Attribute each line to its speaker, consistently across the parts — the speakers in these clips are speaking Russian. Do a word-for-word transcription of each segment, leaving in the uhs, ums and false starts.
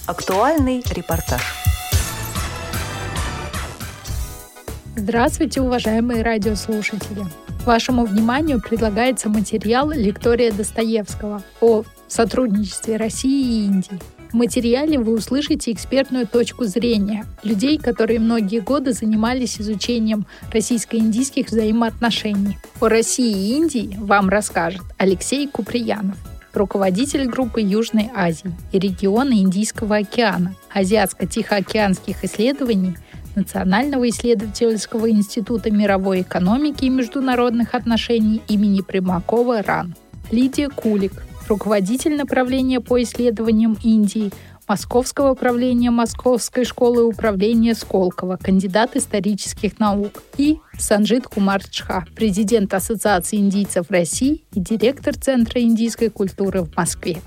Speaker 1: Актуальный репортаж.
Speaker 2: Здравствуйте, уважаемые радиослушатели! Вашему вниманию предлагается материал лектория Достоевского о сотрудничестве России и Индии. В материале вы услышите экспертную точку зрения людей, которые многие годы занимались изучением российско-индийских взаимоотношений. О России и Индии вам расскажет Алексей Куприянов, руководитель группы Южной Азии и региона Индийского океана, Азиатско-Тихоокеанских исследований Национального исследовательского института мировой экономики и международных отношений имени Примакова РАН. Лидия Кулик, руководитель направления по исследованиям Индии Московского управления Московской школы управления Сколково, кандидат исторических наук, и Санджит Кумар Чха, президент Ассоциации индийцев России и директор Центра индийской культуры в Москве.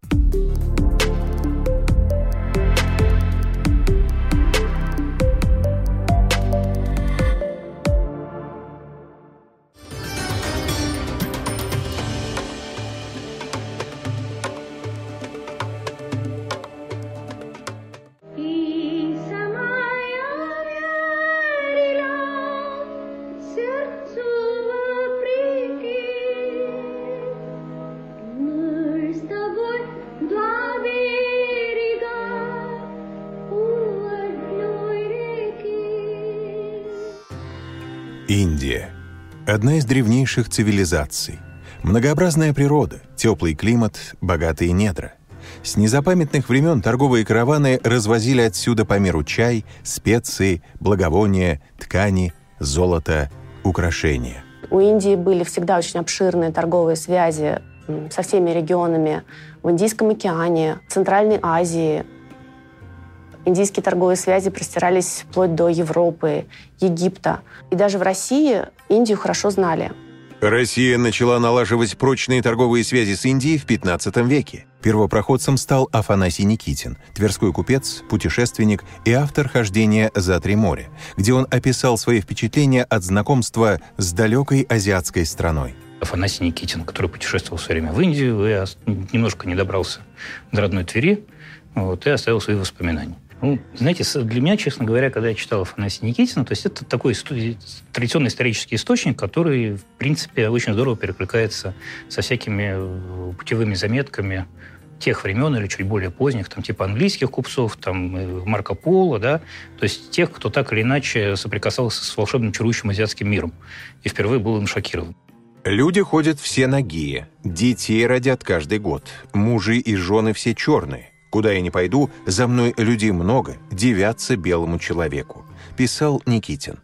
Speaker 3: Индия – одна из древнейших цивилизаций. Многообразная природа, теплый климат, богатые недра. С незапамятных времен торговые караваны развозили отсюда по миру чай, специи, благовония, ткани, золото, украшения.
Speaker 4: У Индии были всегда очень обширные торговые связи со всеми регионами в Индийском океане, Центральной Азии. Индийские торговые связи простирались вплоть до Европы, Египта. И даже в России Индию хорошо знали.
Speaker 3: Россия начала налаживать прочные торговые связи с Индией в пятнадцатом веке. Первопроходцем стал Афанасий Никитин, тверской купец, путешественник и автор «Хождения за три моря», где он описал свои впечатления от знакомства с далекой азиатской страной.
Speaker 5: Афанасий Никитин, который путешествовал все время в Индию и немножко не добрался до родной Твери, вот, и оставил свои воспоминания. Ну, знаете, для меня, честно говоря, когда я читал Афанасия Никитина, то есть это такой традиционный исторический источник, который, в принципе, очень здорово перекликается со всякими путевыми заметками тех времен или чуть более поздних, там, типа английских купцов, там, Марко Поло, да, то есть тех, кто так или иначе соприкасался с волшебным чарующим азиатским миром и впервые был им шокирован.
Speaker 3: Люди ходят все нагие, детей родят каждый год, мужи и жены все черные. «Куда я ни пойду, за мной людей много, дивятся белому человеку», писал Никитин.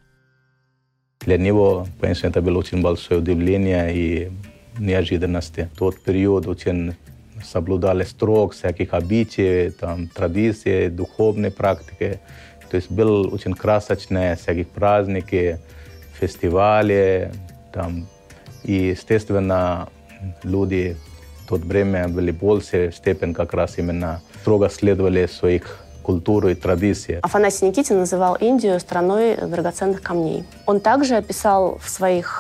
Speaker 6: Для него, конечно, это было очень большое удивление и неожиданность. В тот период очень соблюдали строг всяких обычаев, там, традиций, духовной практики. То есть был очень красочные всякие праздники, фестивали. Там. И, естественно, люди в то время были в большей степени как раз именно строго следовали своих культур и традиций.
Speaker 4: Афанасий Никитин называл Индию страной драгоценных камней. Он также описал в своих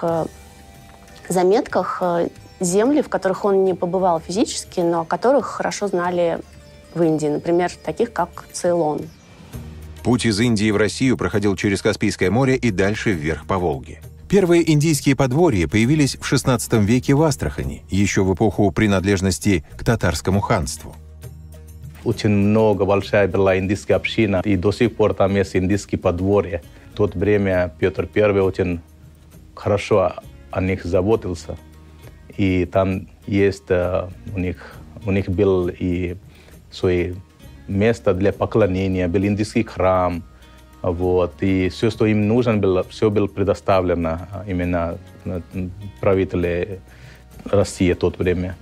Speaker 4: заметках земли, в которых он не побывал физически, но о которых хорошо знали в Индии. Например, таких как Цейлон.
Speaker 3: Путь из Индии в Россию проходил через Каспийское море и дальше вверх по Волге. Первые индийские подворья появились в шестнадцатом веке в Астрахани, еще в эпоху принадлежности к татарскому ханству.
Speaker 6: Очень много, большая была индийская община, и до сих пор там есть индийские подворья. В то время Петр Первый очень хорошо о них заботился. И там есть у них, у них был и свое место для поклонения, был индийский храм. Вот, и все, что им нужно было, все было предоставлено именно правителям России в то время.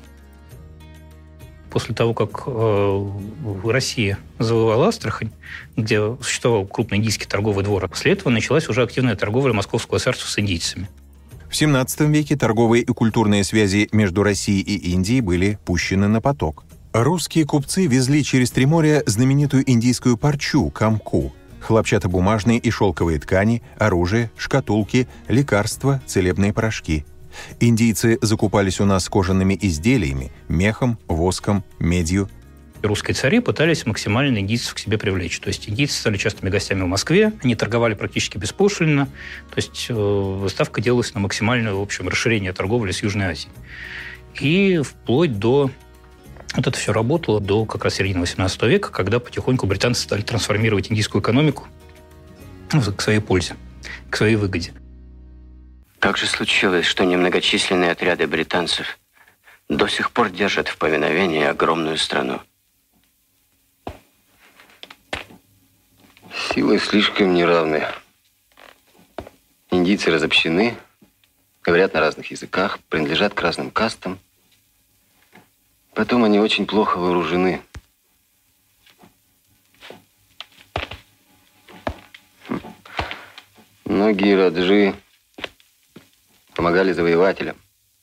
Speaker 5: После того, как э, Россия завоевала Астрахань, где существовал крупный индийский торговый двор, после этого началась уже активная торговля Московского царства с индийцами.
Speaker 3: В семнадцатом веке торговые и культурные связи между Россией и Индией были пущены на поток. Русские купцы везли через три моря знаменитую индийскую парчу – камку, хлопчатобумажные и шелковые ткани, оружие, шкатулки, лекарства, целебные порошки. Индийцы закупались у нас кожаными изделиями, мехом, воском, медью.
Speaker 5: и русские цари пытались максимально индийцев к себе привлечь. То есть индийцы стали частыми гостями в Москве, они торговали практически беспошлинно, то есть э, ставка делалась на максимальное, в общем, расширение торговли с Южной Азией. И вплоть до... Вот это все работало до как раз середины восемнадцатого века, когда потихоньку британцы стали трансформировать индийскую экономику к своей пользе, к своей выгоде.
Speaker 1: Как же случилось, что немногочисленные отряды британцев до сих пор держат в повиновении огромную страну?
Speaker 7: Силы слишком неравны. Индийцы разобщены, говорят на разных языках, принадлежат к разным кастам. Потом они очень плохо вооружены. Многие раджи помогали завоевателям.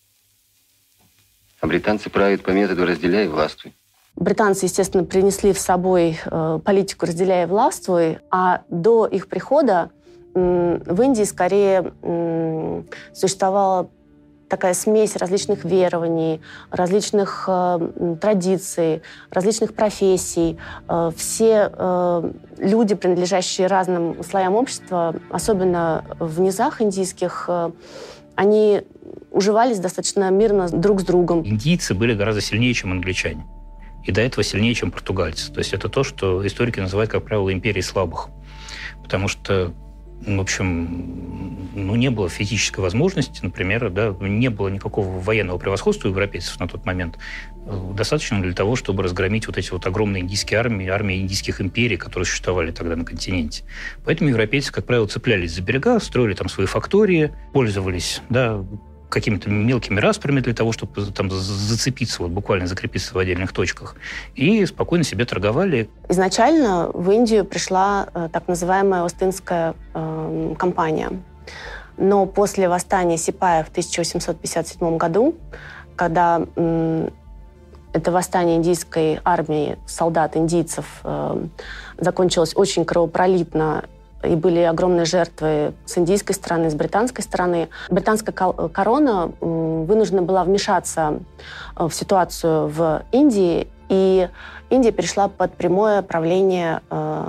Speaker 7: А британцы правят по методу «разделяй и властвуй».
Speaker 4: Британцы, естественно, принесли с собой э, политику «разделяй и властвуй», а до их прихода э, в Индии скорее э, существовала такая смесь различных верований, различных э, традиций, различных профессий. Э, все э, люди, принадлежащие разным слоям общества, особенно в низах индийских, э, они уживались достаточно мирно друг с другом.
Speaker 5: Индийцы были гораздо сильнее, чем англичане. И до этого сильнее, чем португальцы. То есть это то, что историки называют, как правило, империей слабых. Потому что, в общем, ну, не было физической возможности, например, да, не было никакого военного превосходства у европейцев на тот момент, достаточно для того, чтобы разгромить вот эти вот огромные индийские армии, армии индийских империй, которые существовали тогда на континенте. Поэтому европейцы, как правило, цеплялись за берега, строили там свои фактории, пользовались, да, какими-то мелкими распрями для того, чтобы там зацепиться, вот буквально закрепиться в отдельных точках, и спокойно себе торговали.
Speaker 4: Изначально в Индию пришла э, так называемая Остинская э, компания. Но после восстания Сипаев в тысяча восемьсот пятьдесят седьмом году, когда э, это восстание индийской армии, солдат индийцев, э, закончилось очень кровопролитно, и были огромные жертвы с индийской стороны, с британской стороны. Британская корона вынуждена была вмешаться в ситуацию в Индии, и Индия перешла под прямое правление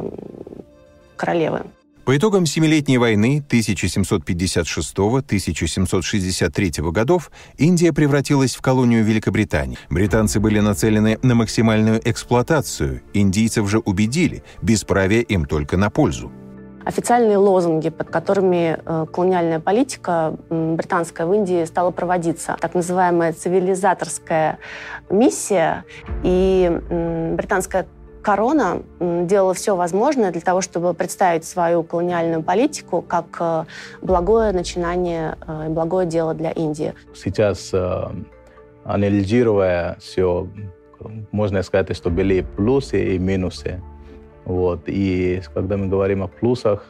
Speaker 4: королевы.
Speaker 3: По итогам Семилетней войны тысяча семьсот пятьдесят шестого — тысяча семьсот шестьдесят третьего годов Индия превратилась в колонию Великобритании. Британцы были нацелены на максимальную эксплуатацию. Индийцев же убедили, бесправие им только на пользу.
Speaker 4: Официальные лозунги, под которыми э, колониальная политика э, британская в Индии стала проводиться. Так называемая цивилизаторская миссия. И э, британская корона э, делала все возможное для того, чтобы представить свою колониальную политику как э, благое начинание и э, благое дело для Индии.
Speaker 6: Сейчас, э, анализируя все, можно сказать, что были плюсы и минусы. Вот. И когда мы говорим о плюсах,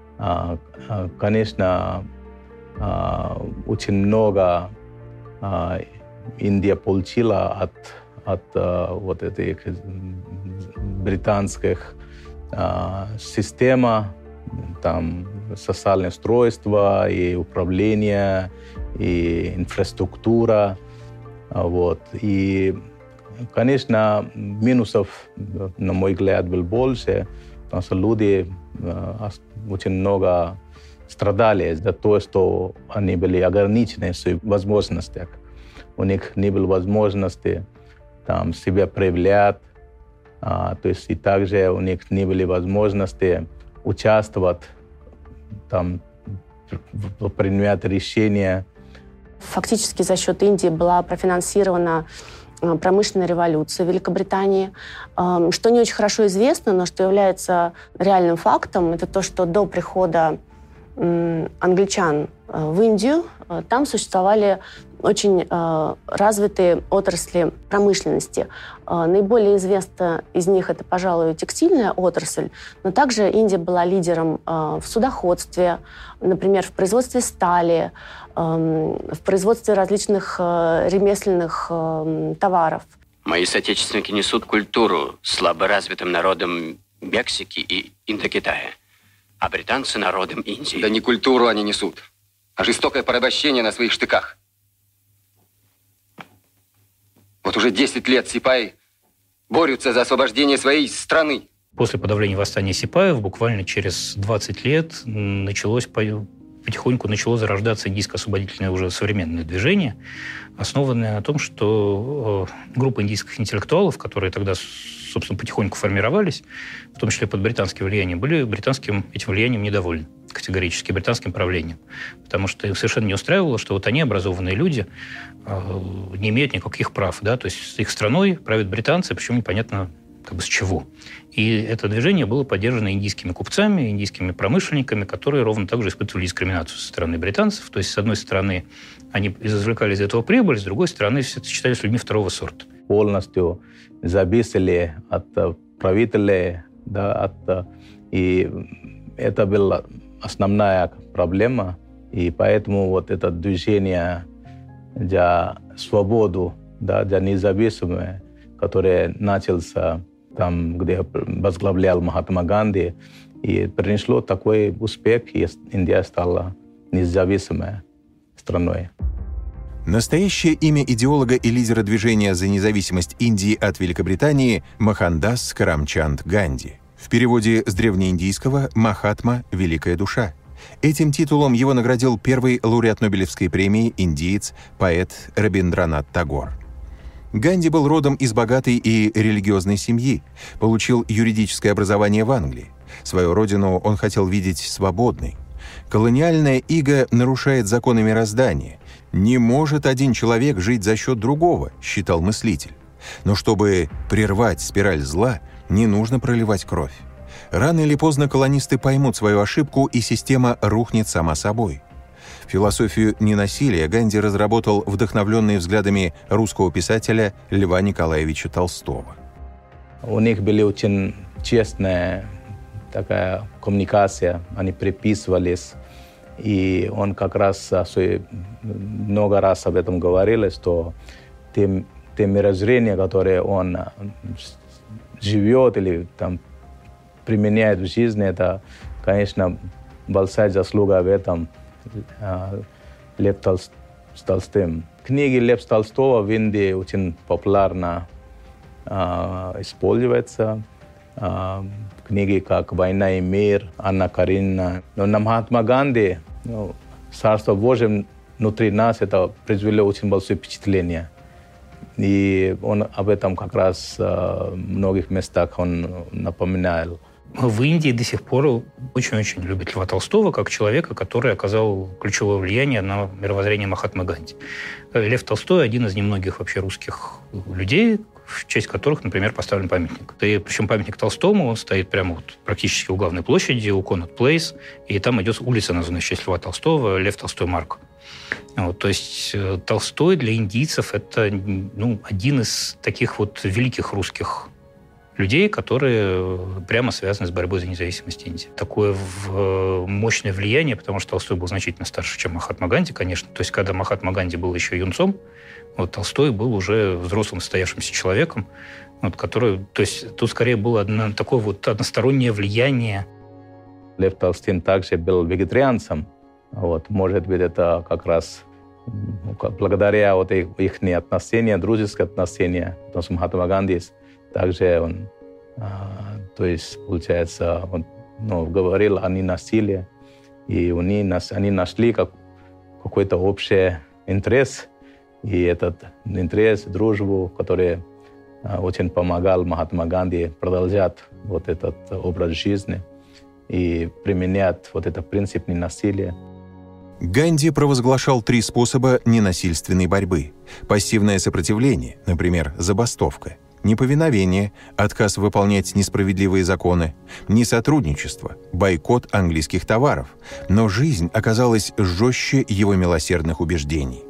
Speaker 6: конечно, очень много Индия получила от, от вот этих британских систем, там социальное устройство и управление, и инфраструктура. Вот. И конечно, минусов, на мой взгляд, было больше, потому что люди э, очень много страдали за то, что они были ограничены в своих возможностях. У них не было возможности там, себя проявлять, а, то есть и также у них не было возможности участвовать там, в принятии решения.
Speaker 4: Фактически за счет Индии была профинансирована промышленная революция в Великобритании. Что не очень хорошо известно, но что является реальным фактом, это то, что до прихода англичан в Индию там существовали очень развитые отрасли промышленности. Наиболее известна из них это, пожалуй, текстильная отрасль, но также Индия была лидером в судоходстве, например, в производстве стали, в производстве различных ремесленных товаров.
Speaker 1: Мои соотечественники несут культуру слаборазвитым народам Мексики и Индокитая, а британцы народам Индии.
Speaker 7: Да не культуру они несут, а жестокое порабощение на своих штыках. Вот уже десять лет Сипаи борются за освобождение своей страны.
Speaker 5: После подавления восстания сипаев буквально через двадцать лет началось потихоньку начало зарождаться индийско-освободительное уже современное движение, основанное на том, что группа индийских интеллектуалов, которые тогда, собственно, потихоньку формировались, в том числе под британским влиянием, были британским этим влиянием недовольны категорически, британским правлением. Потому что им совершенно не устраивало, что вот они, образованные люди, не имеют никаких прав. Да? То есть их страной правят британцы, причем непонятно как бы с чего. И это движение было поддержано индийскими купцами, индийскими промышленниками, которые ровно так же испытывали дискриминацию со стороны британцев. То есть, с одной стороны, они извлекали из этого прибыль, с другой стороны, все это считались людьми второго сорта.
Speaker 6: Полностью зависели от правителей, да, от, и это была основная проблема. И поэтому вот это движение за свободу, да, за независимость, которое начался там, где возглавлял Махатма Ганди, и принесло такой успех, и Индия стала независимой страной.
Speaker 3: Настоящее имя идеолога и лидера движения за независимость Индии от Великобритании – Мохандас Карамчанд Ганди. В переводе с древнеиндийского «Махатма – великая душа». Этим титулом его наградил первый лауреат Нобелевской премии индиец, поэт Рабиндранат Тагор. Ганди был родом из богатой и религиозной семьи, получил юридическое образование в Англии. Свою родину он хотел видеть свободной. Колониальная иго нарушает законы мироздания. Не может один человек жить за счет другого, считал мыслитель. Но чтобы прервать спираль зла, не нужно проливать кровь. Рано или поздно колонисты поймут свою ошибку, и система рухнет сама собой. Философию ненасилия Ганди разработал, вдохновленный взглядами русского писателя Льва Николаевича Толстого.
Speaker 6: У них была очень честная такая коммуникация, они приписывались, и он как раз много раз об этом говорил, что те, те мирозрения, которые он живет или там применяет в жизни, это, конечно, большая заслуга в этом Лев Толстым. Книги Лев Толстого в Индии очень популярно э, используются. Э, книги как «Война и мир», «Анна Каренина». Но на Махатма Ганди, ну, «Царство Божие внутри нас» это произвело очень большое впечатление. И он об этом как раз э, в многих местах он напоминал.
Speaker 5: В Индии до сих пор очень-очень любят Льва Толстого как человека, который оказал ключевое влияние на мировоззрение Махатмы Ганди. Лев Толстой – один из немногих вообще русских людей, в честь которых, например, поставлен памятник. И причем памятник Толстому, он стоит прямо вот практически у главной площади, у Connaught Place, и там идет улица, названная в честь Льва Толстого, Лев Толстой Марк. Вот, то есть Толстой для индийцев – это ну, один из таких вот великих русских людей, которые прямо связаны с борьбой за независимость Индии. Такое мощное влияние, потому что Толстой был значительно старше, чем Махатма Ганди, конечно. То есть, когда Махатма Ганди был еще юнцом, вот Толстой был уже взрослым состоявшимся человеком, вот, который... То есть, тут скорее было одно, такое вот одностороннее влияние.
Speaker 6: Лев Толстой также был вегетарианцем. Вот, может быть, это как раз благодаря вот их, их отношения, дружеские отношения, потому что Махатма Ганди также он, а, то есть, получается, он ну, говорил о ненасилии, и они, нас, они нашли как, какой-то общий интерес, и этот интерес, дружбу, который а, очень помогал Махатма Ганди продолжать вот этот образ жизни и применять вот этот принцип ненасилия.
Speaker 3: Ганди провозглашал три способа ненасильственной борьбы. Пассивное сопротивление, например, забастовка, неповиновение, отказ выполнять несправедливые законы, несотрудничество, бойкот английских товаров. Но жизнь оказалась жестче его милосердных убеждений.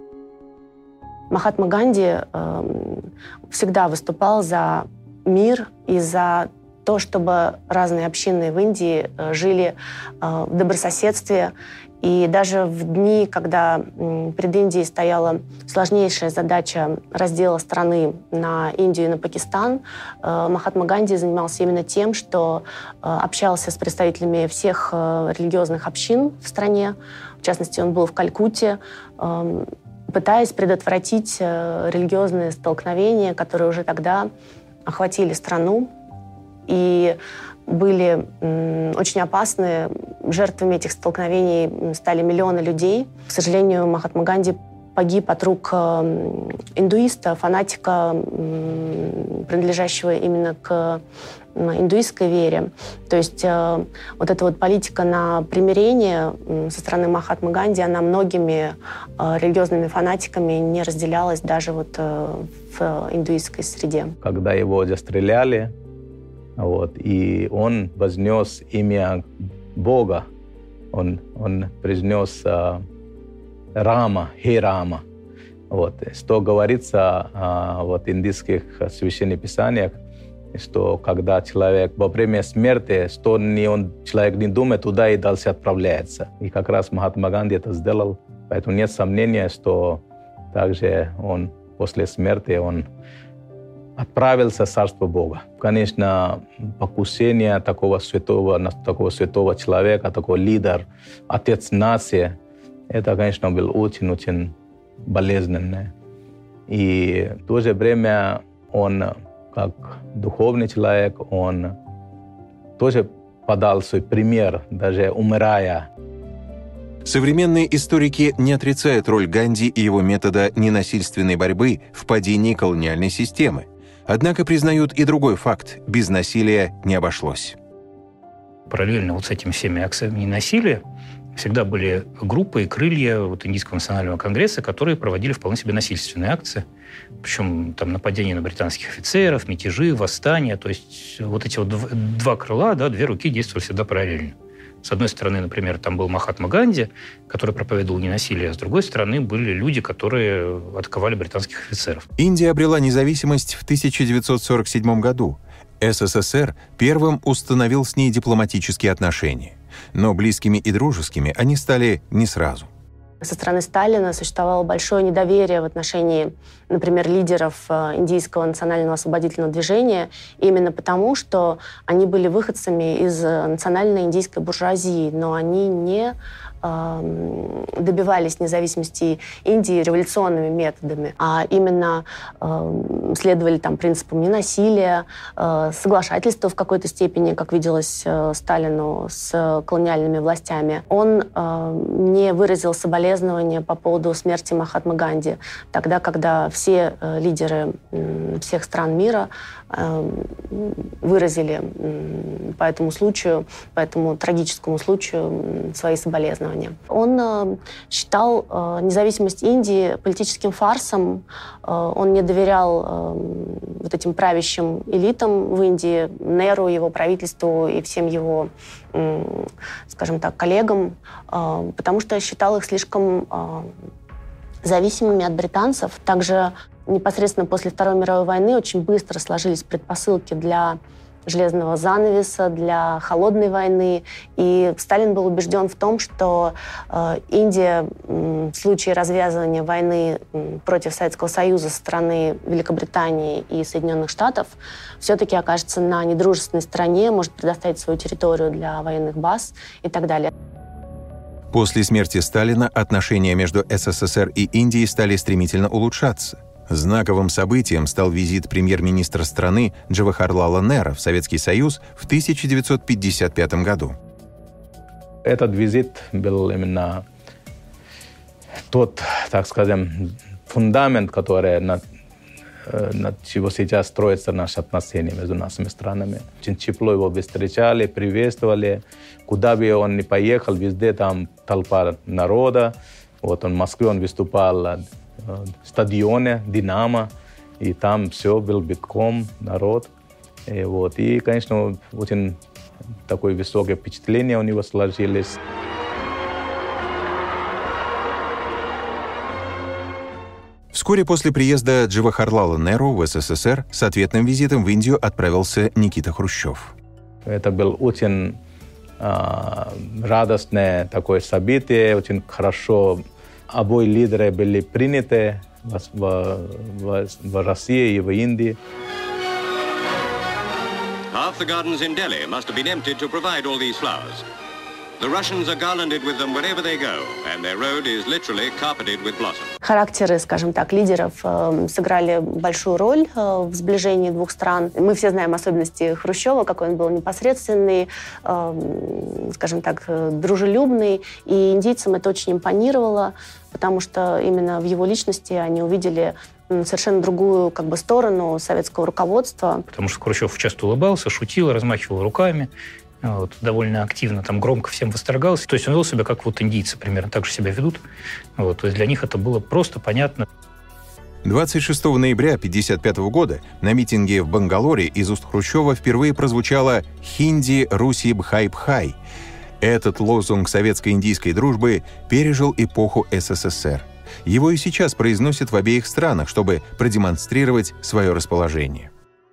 Speaker 4: Махатма Ганди э, всегда выступал за мир и за то, чтобы разные общины в Индии э, жили э, в добрососедстве. И даже в дни, когда перед Индией стояла сложнейшая задача раздела страны на Индию и на Пакистан, Махатма Ганди занимался именно тем, что общался с представителями всех религиозных общин в стране. В частности, он был в Калькутте, пытаясь предотвратить религиозные столкновения, которые уже тогда охватили страну и были очень опасны. Жертвами этих столкновений стали миллионы людей. К сожалению, Махатма Ганди погиб от рук индуиста, фанатика, принадлежащего именно к индуистской вере. То есть вот эта вот политика на примирение со стороны Махатмы Ганди, она многими религиозными фанатиками не разделялась даже вот в индуистской среде.
Speaker 6: Когда его застреляли, вот, и он вознес имя Бога, он, он произнес а, Рама, Хе Рама. Вот, что говорится а, вот, в индийских священных писаниях, что когда человек во время смерти, что не он, человек не думает, туда и дальше отправляется. И как раз Махатма Ганди это сделал. Поэтому нет сомнения, что также он после смерти он отправился в Царство Бога. Конечно, покушение такого святого, такого святого человека, такого лидера, отец нации, это, конечно, было очень-очень болезненно. И в то же время он, как духовный человек, он тоже подал свой пример, даже умирая.
Speaker 3: Современные историки не отрицают роль Ганди и его метода ненасильственной борьбы в падении колониальной системы. Однако признают и другой факт – без насилия не обошлось.
Speaker 5: Параллельно вот с этими всеми акциями ненасилия всегда были группы и крылья вот Индийского национального конгресса, которые проводили вполне себе насильственные акции. Причем там нападения на британских офицеров, мятежи, восстания. То есть вот эти вот два крыла, да, две руки действовали всегда параллельно. С одной стороны, например, там был Махатма Ганди, который проповедовал ненасилие, а с другой стороны были люди, которые атаковали британских офицеров.
Speaker 3: Индия обрела независимость в тысяча девятьсот сорок седьмом году. СССР первым установил с ней дипломатические отношения. Но близкими и дружескими они стали не сразу.
Speaker 4: Со стороны Сталина существовало большое недоверие в отношении, например, лидеров индийского национального освободительного движения, именно потому, что они были выходцами из национальной индийской буржуазии, но они не э, добивались независимости Индии революционными методами, а именно э, следовали там принципам ненасилия, э, соглашательства в какой-то степени, как виделось э, Сталину с колониальными властями. Он э, не выразил соболезнования по поводу смерти Махатмы Ганди, тогда, когда все э, лидеры э, всех стран мира э, выразили э, по этому случаю, по этому трагическому случаю э, свои соболезнования. Он э, считал э, независимость Индии политическим фарсом, э, он не доверял э, вот этим правящим элитам в Индии, Неру, его правительству и всем его, э, скажем так, коллегам, э, потому что считал их слишком зависимыми от британцев. Также непосредственно после Второй мировой войны очень быстро сложились предпосылки для железного занавеса, для холодной войны. И Сталин был убежден в том, что э, Индия э, в случае развязывания войны э, против Советского Союза со стороны Великобритании и Соединенных Штатов все-таки окажется на недружественной стороне, может предоставить свою территорию для военных баз и так далее.
Speaker 3: После смерти Сталина отношения между СССР и Индией стали стремительно улучшаться. Знаковым событием стал визит премьер-министра страны Джавахарлала Неру в Советский Союз в тысяча девятьсот пятьдесят пятом году.
Speaker 6: Этот визит был именно тот, так скажем, фундамент, который над, над чего сейчас строятся наши отношения между нашими странами. Очень тепло его встречали, приветствовали. Куда бы он ни поехал, везде там толпа народа. Вот он в Москве он выступал в стадионе «Динамо», и там все был битком народ. И, вот, и, конечно, очень такое высокое впечатление у него сложилось.
Speaker 3: Вскоре после приезда Джавахарлала Неру в СССР с ответным визитом в Индию отправился Никита Хрущев. Это
Speaker 6: был очень э, радостное такое событие, очень хорошо. Обои лидеры были приняты в, в, в, в России и в Индии.
Speaker 8: Half the gardens in Delhi must have been emptied to provide all these flowers.
Speaker 4: Характеры, скажем так, лидеров э, сыграли большую роль э, в сближении двух стран. Мы все знаем особенности Хрущева, какой он был непосредственный, э, скажем так, дружелюбный. И индийцам это очень импонировало, потому что именно в его личности они увидели совершенно другую как бы сторону советского руководства.
Speaker 5: Потому что Хрущев часто улыбался, шутил, размахивал руками. Вот, довольно активно, там громко всем восторгался. То есть он вел себя как вот индийцы примерно так же себя ведут. Вот, то есть для них это было просто понятно.
Speaker 3: двадцать шестого ноября тысяча девятьсот пятьдесят пятого года на митинге в Бангалоре из уст Хрущева впервые прозвучало «Хинди, Руси, Бхай-Бхай». Этот лозунг советско-индийской дружбы пережил эпоху СССР. Его и сейчас произносят в обеих странах, чтобы продемонстрировать свое расположение.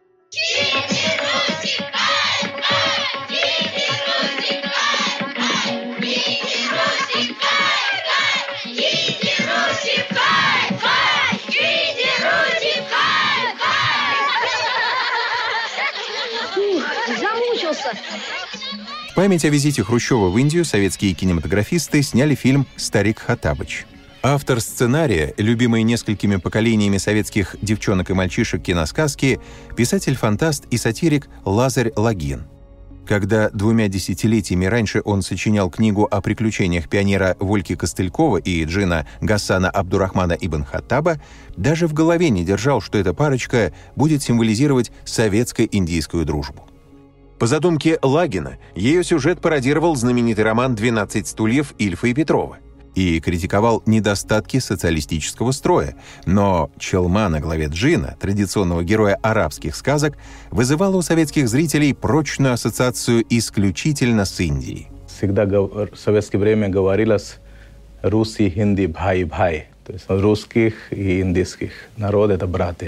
Speaker 3: В память о визите Хрущева в Индию советские кинематографисты сняли фильм «Старик Хоттабыч». Автор сценария, любимый несколькими поколениями советских девчонок и мальчишек киносказки, писатель-фантаст и сатирик Лазарь Лагин. Когда двумя десятилетиями раньше он сочинял книгу о приключениях пионера Вольки Костылькова и джина Гасана Абдурахмана ибн Хаттаба, даже в голове не держал, что эта парочка будет символизировать советско-индийскую дружбу. По задумке Лагина, ее сюжет пародировал знаменитый роман «двенадцать стульев» Ильфа и Петрова и критиковал недостатки социалистического строя, но челма на голове джина, традиционного героя арабских сказок, вызывала у советских зрителей прочную ассоциацию исключительно с Индией.
Speaker 6: Всегда в советское время говорилось «руси, хинди, бхай-бхай», то есть русских и индийских народ — это братья.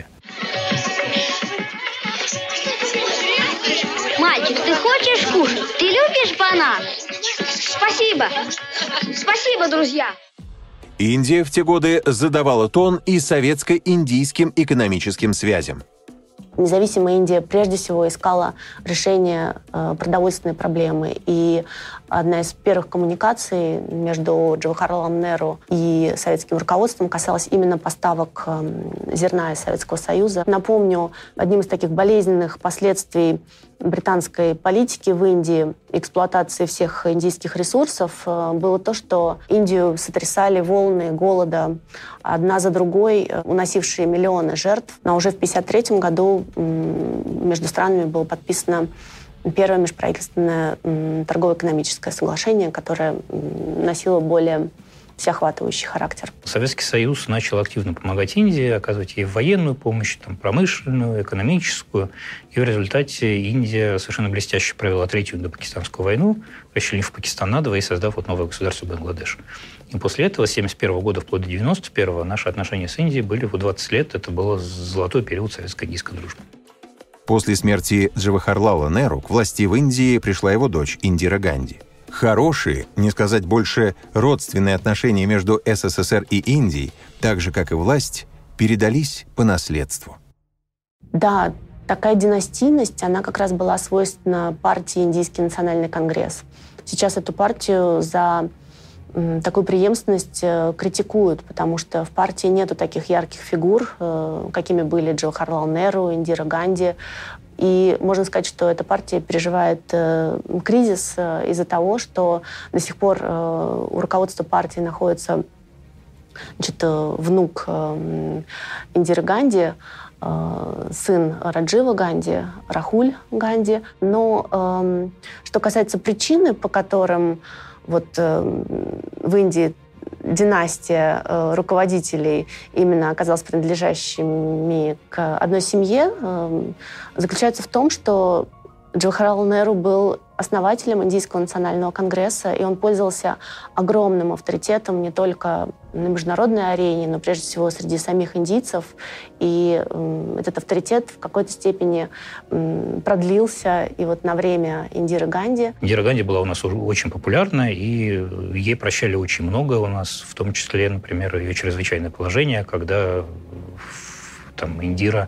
Speaker 8: Мальчик, ты хочешь кушать? Ты любишь банан? Спасибо. Спасибо, друзья.
Speaker 3: Индия в те годы задавала тон и советско-индийским экономическим связям.
Speaker 4: Независимая Индия прежде всего искала решение э, продовольственной проблемы. И одна из первых коммуникаций между Джавахарлалом Неру и советским руководством касалась именно поставок э, зерна из Советского Союза. Напомню, одним из таких болезненных последствий британской политики в Индии, эксплуатации всех индийских ресурсов, э, было то, что Индию сотрясали волны голода, одна за другой, уносившие миллионы жертв. Но уже в тысяча девятьсот пятьдесят третьем году между странами было подписано первое межправительственное торгово-экономическое соглашение, которое носило более всеохватывающий характер.
Speaker 5: Советский Союз начал активно помогать Индии, оказывать ей военную помощь, там, промышленную, экономическую. И в результате Индия совершенно блестяще провела Третью индо-пакистанскую войну, расчленив Пакистан надвое и создав вот новое государство Бангладеш. И после этого, с семьдесят первого года вплоть до девяносто первого, наши отношения с Индией были вот двадцать лет. Это был золотой период советско-индийской дружбы.
Speaker 3: После смерти Джавахарлала Неру к власти в Индии пришла его дочь Индира Ганди. Хорошие, не сказать больше, родственные отношения между СССР и Индией, так же, как и власть, передались по наследству.
Speaker 4: Да, такая династийность, она как раз была свойственна партии Индийский национальный конгресс. Сейчас эту партию за м, такую преемственность э, критикуют, потому что в партии нету таких ярких фигур, э, какими были Джавахарлал Неру, Индира Ганди. И можно сказать, что эта партия переживает э, кризис э, из-за того, что до сих пор э, у руководства партии находится значит, э, внук э, Индиры Ганди, э, сын Раджива Ганди, Рахуль Ганди. Но э, что касается причины, по которым вот, э, в Индии династия э, руководителей именно оказалась принадлежащими к одной семье, э, заключается в том, что Джавахарлал Неру был основателем Индийского национального конгресса, и он пользовался огромным авторитетом не только на международной арене, но прежде всего среди самих индийцев. И э, этот авторитет в какой-то степени э, продлился и вот на время Индиры Ганди.
Speaker 5: Индира Ганди была у нас очень популярна, и ей прощали очень много у нас, в том числе, например, ее чрезвычайное положение, когда там Индира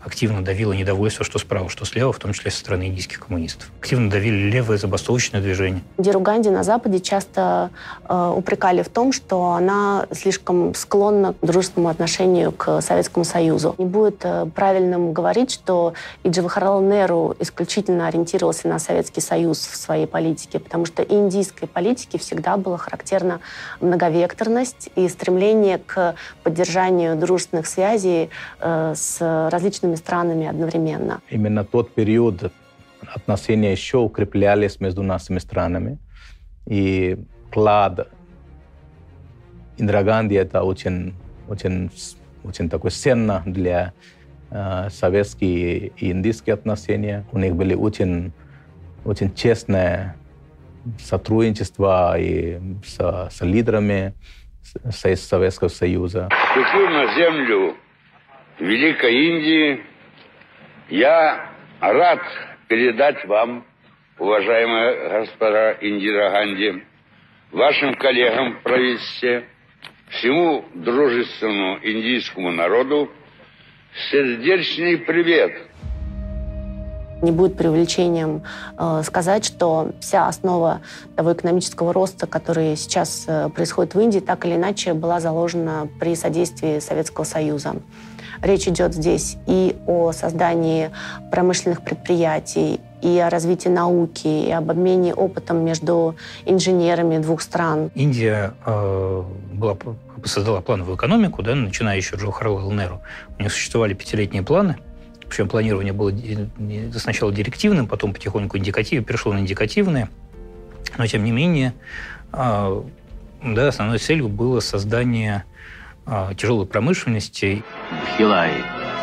Speaker 5: активно давило недовольство, что справа, что слева, в том числе со стороны индийских коммунистов. Активно давили левое забастовочное движение.
Speaker 4: Индиру Ганди на Западе часто э, упрекали в том, что она слишком склонна к дружественному отношению к Советскому Союзу. Не будет э, правильным говорить, что и Джавахарлал Неру исключительно ориентировался на Советский Союз в своей политике, потому что и индийской политике всегда была характерна многовекторность и стремление к поддержанию дружественных связей э, с различными странами одновременно.
Speaker 6: Именно тот период отношения еще укреплялись между нашими странами. И вклад Индира Ганди это очень, очень, очень такой ценно для э, советских и индийских отношений. У них были очень, очень честное сотрудничество и с, с лидерами Советского Союза.
Speaker 9: Ступив на землю Великой Индии, я рад передать вам, уважаемая госпожа Индира Ганди, вашим коллегам в правительстве, всему дружественному индийскому народу сердечный привет.
Speaker 4: Не будет преувеличением э, сказать, что вся основа того экономического роста, который сейчас э, происходит в Индии, так или иначе была заложена при содействии Советского Союза. Речь идет здесь и о создании промышленных предприятий, и о развитии науки, и об обмене опытом между инженерами двух стран.
Speaker 5: Индия э, была, создала плановую экономику, да, начиная еще Джавахарлал Неру. У нее существовали пятилетние планы. Причем планирование было сначала директивным, потом потихоньку индикативное, перешло на индикативное. Но, тем не менее, да, основной целью было создание тяжелой промышленности.
Speaker 10: Бхилаи.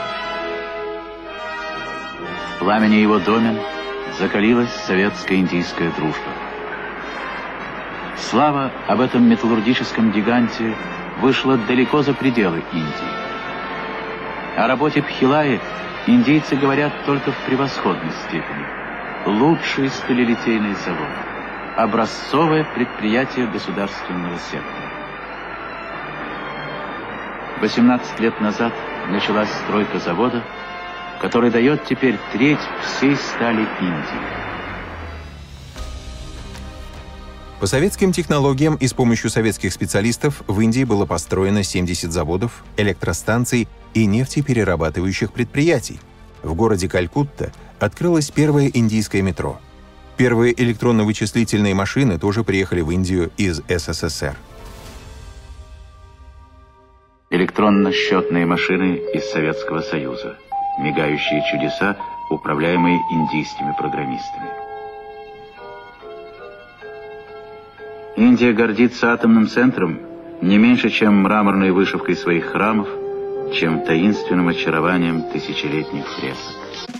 Speaker 10: В пламени его домен закалилась советско-индийская дружба. Слава об этом металлургическом гиганте вышла далеко за пределы Индии. О работе Бхилаи индийцы говорят только в превосходной степени. Лучший сталелитейный завод. Образцовое предприятие государственного сектора. восемнадцать лет назад началась стройка завода, который дает теперь треть всей стали Индии.
Speaker 3: По советским технологиям и с помощью советских специалистов в Индии было построено семьдесят заводов, электростанций и нефтеперерабатывающих предприятий. В городе Калькутта открылось первое индийское метро. Первые электронно-вычислительные машины тоже приехали в Индию из СССР.
Speaker 10: Электронно-счетные машины из Советского Союза. Мигающие чудеса, управляемые индийскими программистами. Индия гордится атомным центром не меньше, чем мраморной вышивкой своих храмов, чем таинственным очарованием тысячелетних фресок.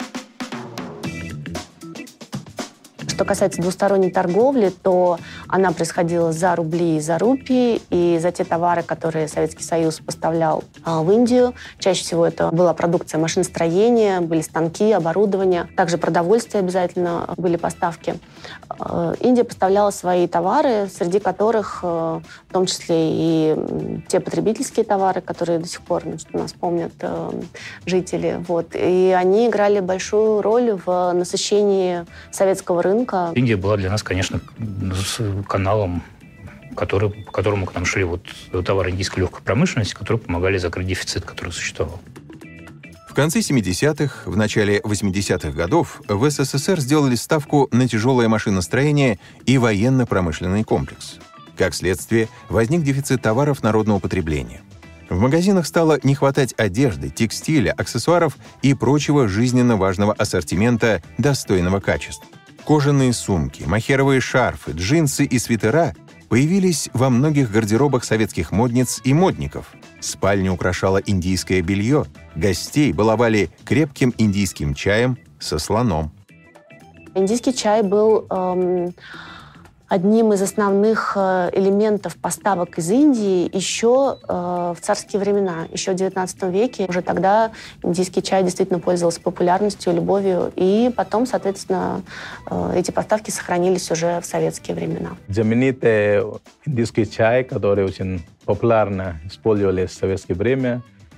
Speaker 4: Что касается двусторонней торговли, то она происходила за рубли и за рупии, и за те товары, которые Советский Союз поставлял в Индию. Чаще всего это была продукция машиностроения, были станки, оборудование. Также продовольствие обязательно были поставки. Индия поставляла свои товары, среди которых в том числе и те потребительские товары, которые до сих пор, значит, у нас помнят жители. Вот. И они играли большую роль в насыщении советского рынка.
Speaker 5: Индия была для нас, конечно, каналом, который, по которому к нам шли вот товары индийской легкой промышленности, которые помогали закрыть дефицит, который существовал.
Speaker 3: В конце семидесятых, в начале восьмидесятых годов в СССР сделали ставку на тяжелое машиностроение и военно-промышленный комплекс. Как следствие, возник дефицит товаров народного потребления. В магазинах стало не хватать одежды, текстиля, аксессуаров и прочего жизненно важного ассортимента достойного качества. Кожаные сумки, махеровые шарфы, джинсы и свитера появились во многих гардеробах советских модниц и модников. Спальню украшало индийское белье, гостей баловали крепким индийским чаем со слоном.
Speaker 4: Индийский чай был эм, одним из основных элементов поставок из Индии еще э, в царские времена, еще в девятнадцатом веке. Уже тогда индийский чай действительно пользовался популярностью, любовью, и потом, соответственно, э, эти поставки сохранились уже в советские времена.
Speaker 6: Знаменитый индийский чай, который очень популярно использовали в советское время,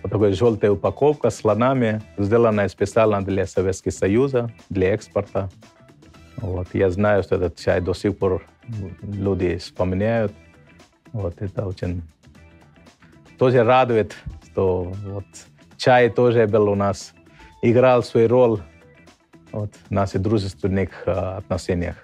Speaker 6: Вот такая желтая упаковка с слонами, сделанная специально для Советского Союза, для экспорта. Вот. Я знаю, что этот чай до сих пор люди вспоминают. Вот это очень тоже радует, что вот чай тоже был у нас, играл свою роль вот, в наших дружественных э, отношениях.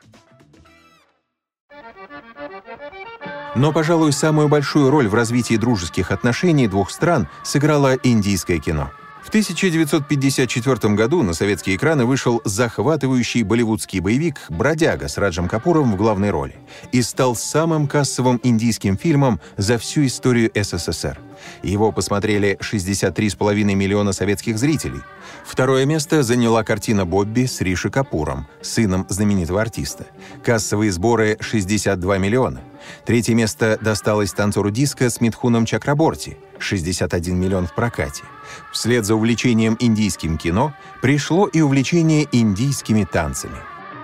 Speaker 3: Но, пожалуй, самую большую роль в развитии дружеских отношений двух стран сыграло индийское кино. В тысяча девятьсот пятьдесят четвёртом году на советские экраны вышел захватывающий болливудский боевик «Бродяга» с Раджем Капуром в главной роли и стал самым кассовым индийским фильмом за всю историю СССР. Его посмотрели шестьдесят три с половиной миллиона советских зрителей. Второе место заняла картина «Бобби» с Риши Капуром, сыном знаменитого артиста. Кассовые сборы — шестьдесят два миллиона. Третье место досталось танцору диско с Митхуном Чакраборти — шестьдесят один миллион в прокате. Вслед за увлечением индийским кино пришло и увлечение индийскими танцами.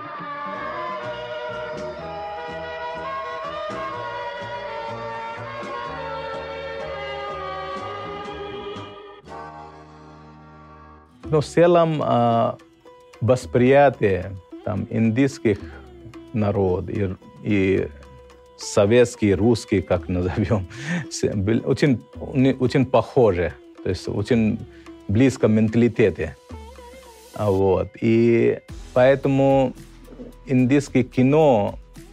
Speaker 6: Но в целом э, восприятие там, индийских народов и, и советский, русский, как назовем, очень, очень похожи, то есть очень близко в менталитете. Вот. И поэтому индийское кино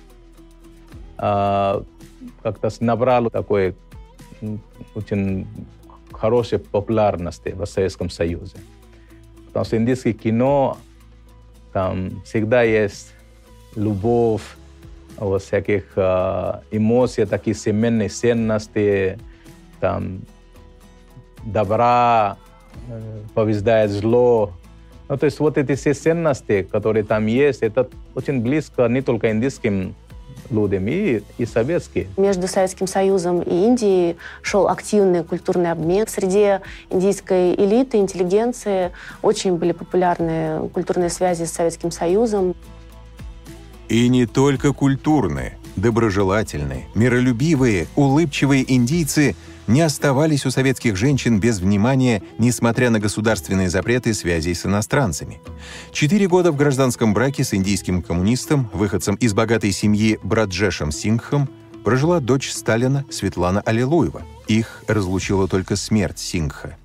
Speaker 6: э, как-то набрало такой очень хорошей популярности в Советском Союзе. Потому что индийское кино, там всегда есть любовь, вот, всяких э, эмоций, такие семейные ценности, там, добра, э, побеждает зло. Ну, то есть вот эти все ценности, которые там есть, это очень близко не только индийским людям, и, и советские.
Speaker 4: Между Советским Союзом и Индией шел активный культурный обмен. Среди индийской элиты, интеллигенции очень были популярны культурные связи с Советским Союзом.
Speaker 3: И не только культурные, доброжелательные, миролюбивые, улыбчивые индийцы не оставались у советских женщин без внимания, несмотря на государственные запреты связей с иностранцами. Четыре года в гражданском браке с индийским коммунистом, выходцем из богатой семьи Браджешем Сингхом, прожила дочь Сталина Светлана Аллилуева. Их разлучила только смерть Сингха.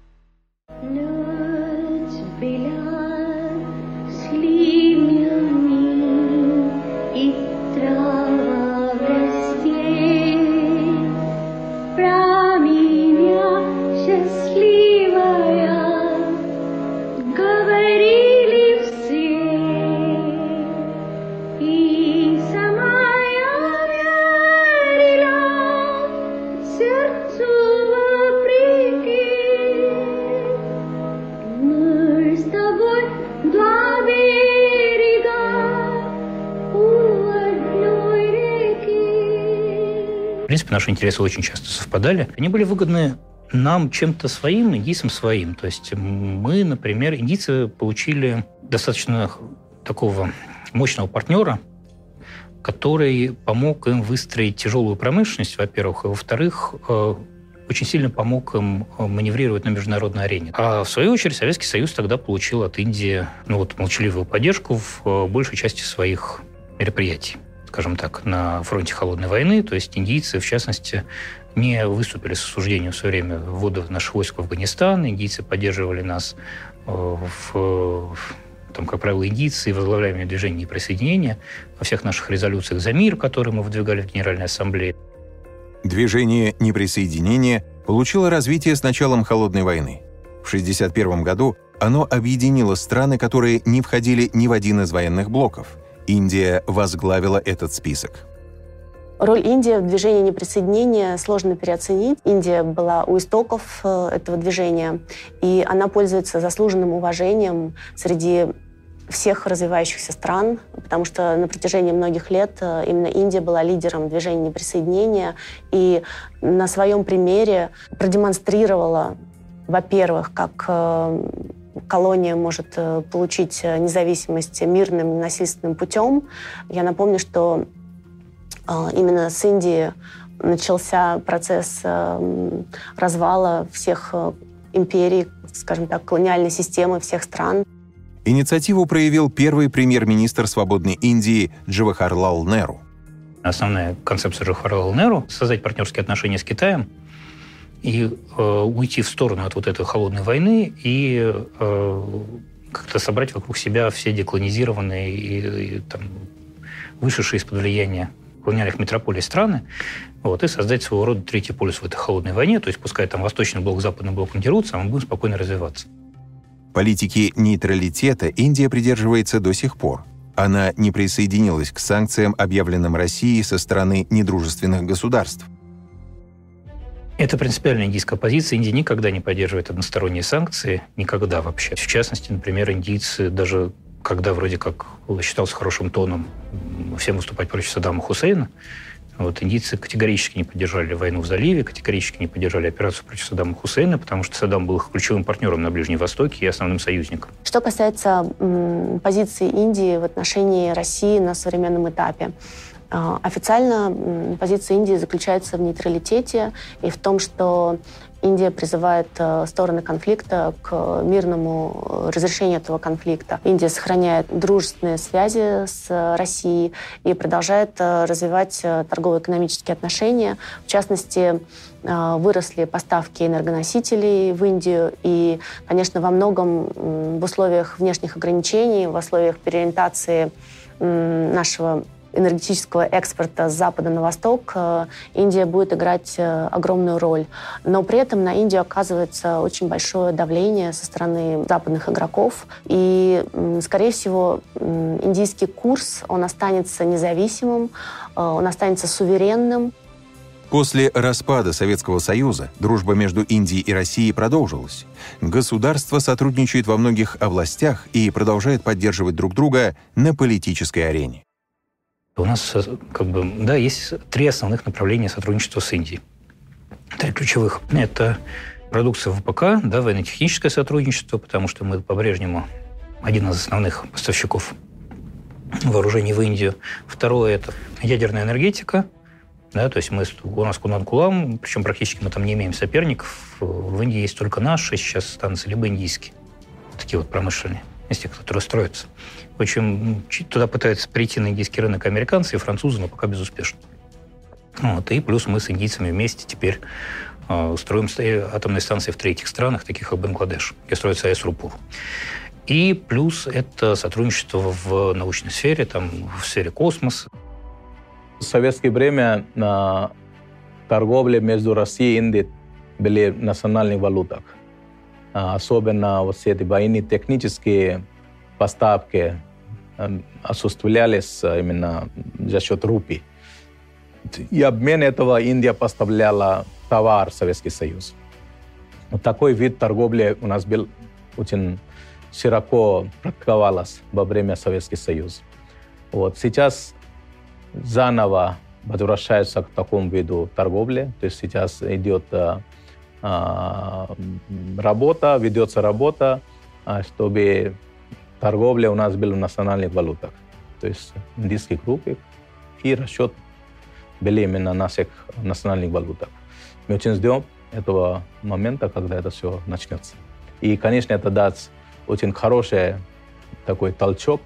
Speaker 5: В принципе, наши интересы очень часто совпадали. Они были выгодны нам чем-то своим, индийцам своим. То есть мы, например, индийцы получили достаточно такого мощного партнера, который помог им выстроить тяжелую промышленность, во-первых, и, во-вторых, очень сильно помог им маневрировать на международной арене. А в свою очередь Советский Союз тогда получил от Индии ну, вот, молчаливую поддержку в большей части своих мероприятий, скажем так, на фронте холодной войны. То есть индийцы, в частности, не выступили с осуждением в свое время ввода наших войск в Афганистан. Индийцы поддерживали нас в, там, как правило, индийцы, возглавляемые движение неприсоединения во всех наших резолюциях за мир, которые мы выдвигали в Генеральной Ассамблее.
Speaker 3: Движение неприсоединения получило развитие с началом Холодной войны. В шестьдесят первом году оно объединило страны, которые не входили ни в один из военных блоков. Индия возглавила этот список.
Speaker 4: Роль Индии в движении неприсоединения сложно переоценить. Индия была у истоков этого движения, и она пользуется заслуженным уважением среди всех развивающихся стран, потому что на протяжении многих лет именно Индия была лидером движения неприсоединения и на своем примере продемонстрировала, во-первых, как колония может получить независимость мирным, ненасильственным путем. Я напомню, что именно с Индии начался процесс развала всех империи, скажем так, колониальной системы всех стран.
Speaker 3: Инициативу проявил первый премьер-министр свободной Индии Джавахарлал Неру.
Speaker 5: Основная концепция Джавахарлала Неру – создать партнерские отношения с Китаем и э, уйти в сторону от вот этой холодной войны и э, как-то собрать вокруг себя все деколонизированные и, и там, вышедшие из-под влияния колониальных метрополий страны, вот, и создать своего рода третий полюс в этой холодной войне, то есть пускай там восточный блок, западный блок не дерутся, а мы будем спокойно развиваться.
Speaker 3: Политики нейтралитета Индия придерживается до сих пор. Она не присоединилась к санкциям, объявленным Россией со стороны недружественных государств.
Speaker 5: Это принципиальная индийская позиция. Индия никогда не поддерживает односторонние санкции, никогда вообще. В частности, например, индийцы, даже когда вроде как считался хорошим тоном всем выступать против Саддама Хусейна, вот, индийцы категорически не поддержали войну в заливе, категорически не поддержали операцию против Саддама Хусейна, потому что Саддам был их ключевым партнером на Ближнем Востоке и основным союзником.
Speaker 4: Что касается м, позиции Индии в отношении России на современном этапе, э, официально м, позиция Индии заключается в нейтралитете и в том, что Индия призывает э, стороны конфликта к мирному разрешению этого конфликта. Индия сохраняет дружественные связи с Россией и продолжает э, развивать э, торгово-экономические отношения. В частности, э, выросли поставки энергоносителей в Индию. И, конечно, во многом э, в условиях внешних ограничений, в условиях переориентации э, нашего энергетического экспорта с запада на восток Индия будет играть огромную роль. Но при этом на Индию оказывается очень большое давление со стороны западных игроков. И, скорее всего, индийский курс, он останется независимым, он останется суверенным.
Speaker 3: После распада Советского Союза дружба между Индией и Россией продолжилась. Государства сотрудничают во многих областях и продолжают поддерживать друг друга на политической арене.
Speaker 5: У нас, как бы, да, есть три основных направления сотрудничества с Индией. Три ключевых. Это продукция ВПК, да, военно-техническое сотрудничество, потому что мы по-прежнему один из основных поставщиков вооружений в Индию. Второе – это ядерная энергетика. Да, то есть мы, у нас Кунан-Кулам, причем практически мы там не имеем соперников. В Индии есть только наши сейчас станции, либо индийские. Такие вот промышленные, из тех, которые строятся. В общем, туда пытаются прийти на индийский рынок американцы и французы, но пока безуспешно. Вот. И плюс мы с индийцами вместе теперь э, строим атомные станции в третьих странах, таких как Бангладеш, где строится АЭС-Рупур. И плюс это сотрудничество в научной сфере, там, в сфере космоса.
Speaker 6: В советское время э, торговля между Россией и Индией были в национальных валютах. Э, особенно вот эти военные технические поставки осуществлялись именно за счет рупий. И обмен этого Индия поставляла товар в Советский Союз. Вот такой вид торговли у нас был очень широко практиковалась во время Советского Союза. Вот. Сейчас заново возвращаются к такому виду торговли. То есть сейчас идет а, работа, ведется работа, чтобы торговля у нас была в национальных валютах. То есть индийских рупий и расчет были именно в наших национальных валютах. Мы очень ждем этого момента, когда это все начнется. И, конечно, это даст очень хороший такой толчок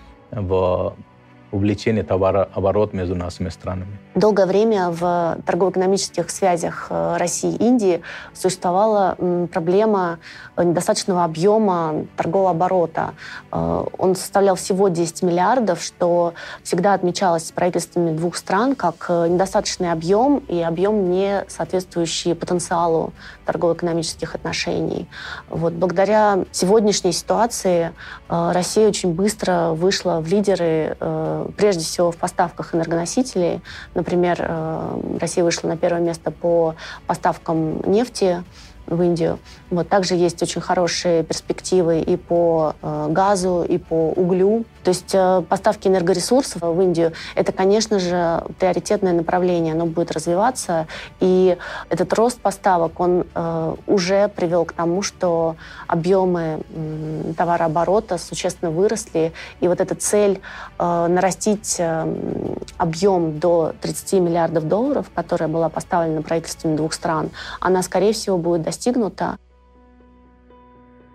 Speaker 6: в увеличение товарооборота между нашими странами.
Speaker 4: Долгое время в торгово-экономических связях России и Индии существовала проблема недостаточного объема торгового оборота. Он составлял всего десять миллиардов, что всегда отмечалось правительствами двух стран как недостаточный объем и объем, не соответствующий потенциалу торгово-экономических отношений. Вот. Благодаря сегодняшней ситуации Россия очень быстро вышла в лидеры, прежде всего в поставках энергоносителей. Например, Россия вышла на первое место по поставкам нефти в Индию. Вот. Также есть очень хорошие перспективы и по э, газу, и по углю. То есть э, поставки энергоресурсов в Индию – это, конечно же, приоритетное направление. Оно будет развиваться. И этот рост поставок, он э, уже привел к тому, что объемы э, товарооборота существенно выросли. И вот эта цель э, нарастить э, объем до тридцати миллиардов долларов, которая была поставлена правительствами двух стран, она, скорее всего, будет достигнута.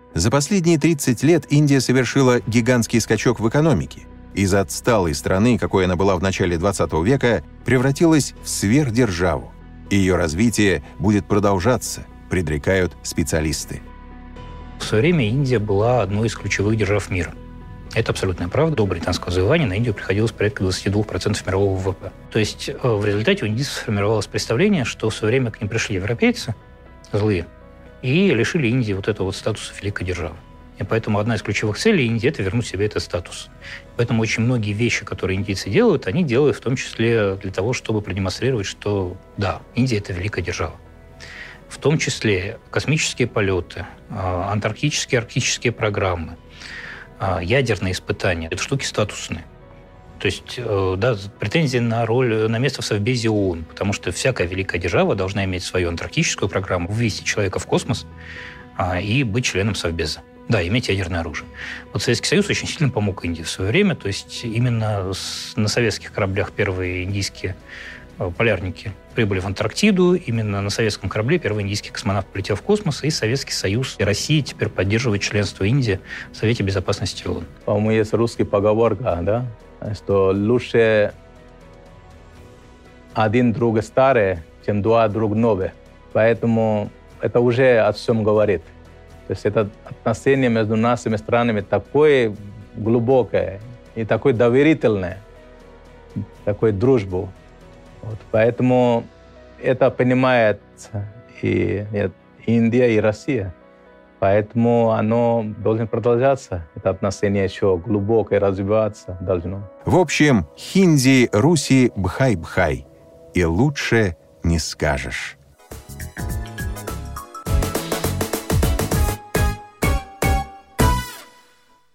Speaker 3: За последние тридцать лет Индия совершила гигантский скачок в экономике. Из отсталой страны, какой она была в начале двадцатого века, превратилась в сверхдержаву. Ее развитие будет продолжаться, предрекают специалисты.
Speaker 5: В свое время Индия была одной из ключевых держав мира. Это абсолютная правда. До британского завоевания на Индию приходилось порядка двадцать два процента мирового ВВП. То есть в результате у индийцев сформировалось представление, что в свое время к ним пришли европейцы, злые, и лишили Индии вот этого вот статуса великой державы. И поэтому одна из ключевых целей Индии – это вернуть себе этот статус. Поэтому очень многие вещи, которые индийцы делают, они делают в том числе для того, чтобы продемонстрировать, что да, Индия – это великая держава. В том числе космические полеты, антарктические, арктические программы, ядерные испытания – это штуки статусные. То есть, да, претензии на роль, на место в Совбезе ООН, потому что всякая великая держава должна иметь свою антарктическую программу, вывести человека в космос и быть членом Совбеза. Да, иметь ядерное оружие. Вот Советский Союз очень сильно помог Индии в свое время. То есть именно с, на советских кораблях первые индийские э, полярники прибыли в Антарктиду. Именно на советском корабле первый индийский космонавт полетел в космос. И Советский Союз и Россия теперь поддерживают членство Индии в Совете Безопасности ООН.
Speaker 6: По-моему, есть русский поговорка, да, что лучше один друг старый, чем два друг новые. Поэтому это уже о всем говорит. То есть это отношение между нашими странами такое глубокое и такое доверительное, такой дружбу. Вот. Поэтому это понимает и, и Индия, и Россия. Поэтому оно должно продолжаться. Это отношение еще глубокое развиваться должно.
Speaker 3: В общем, хинди, руси, бхай-бхай. И лучше не скажешь.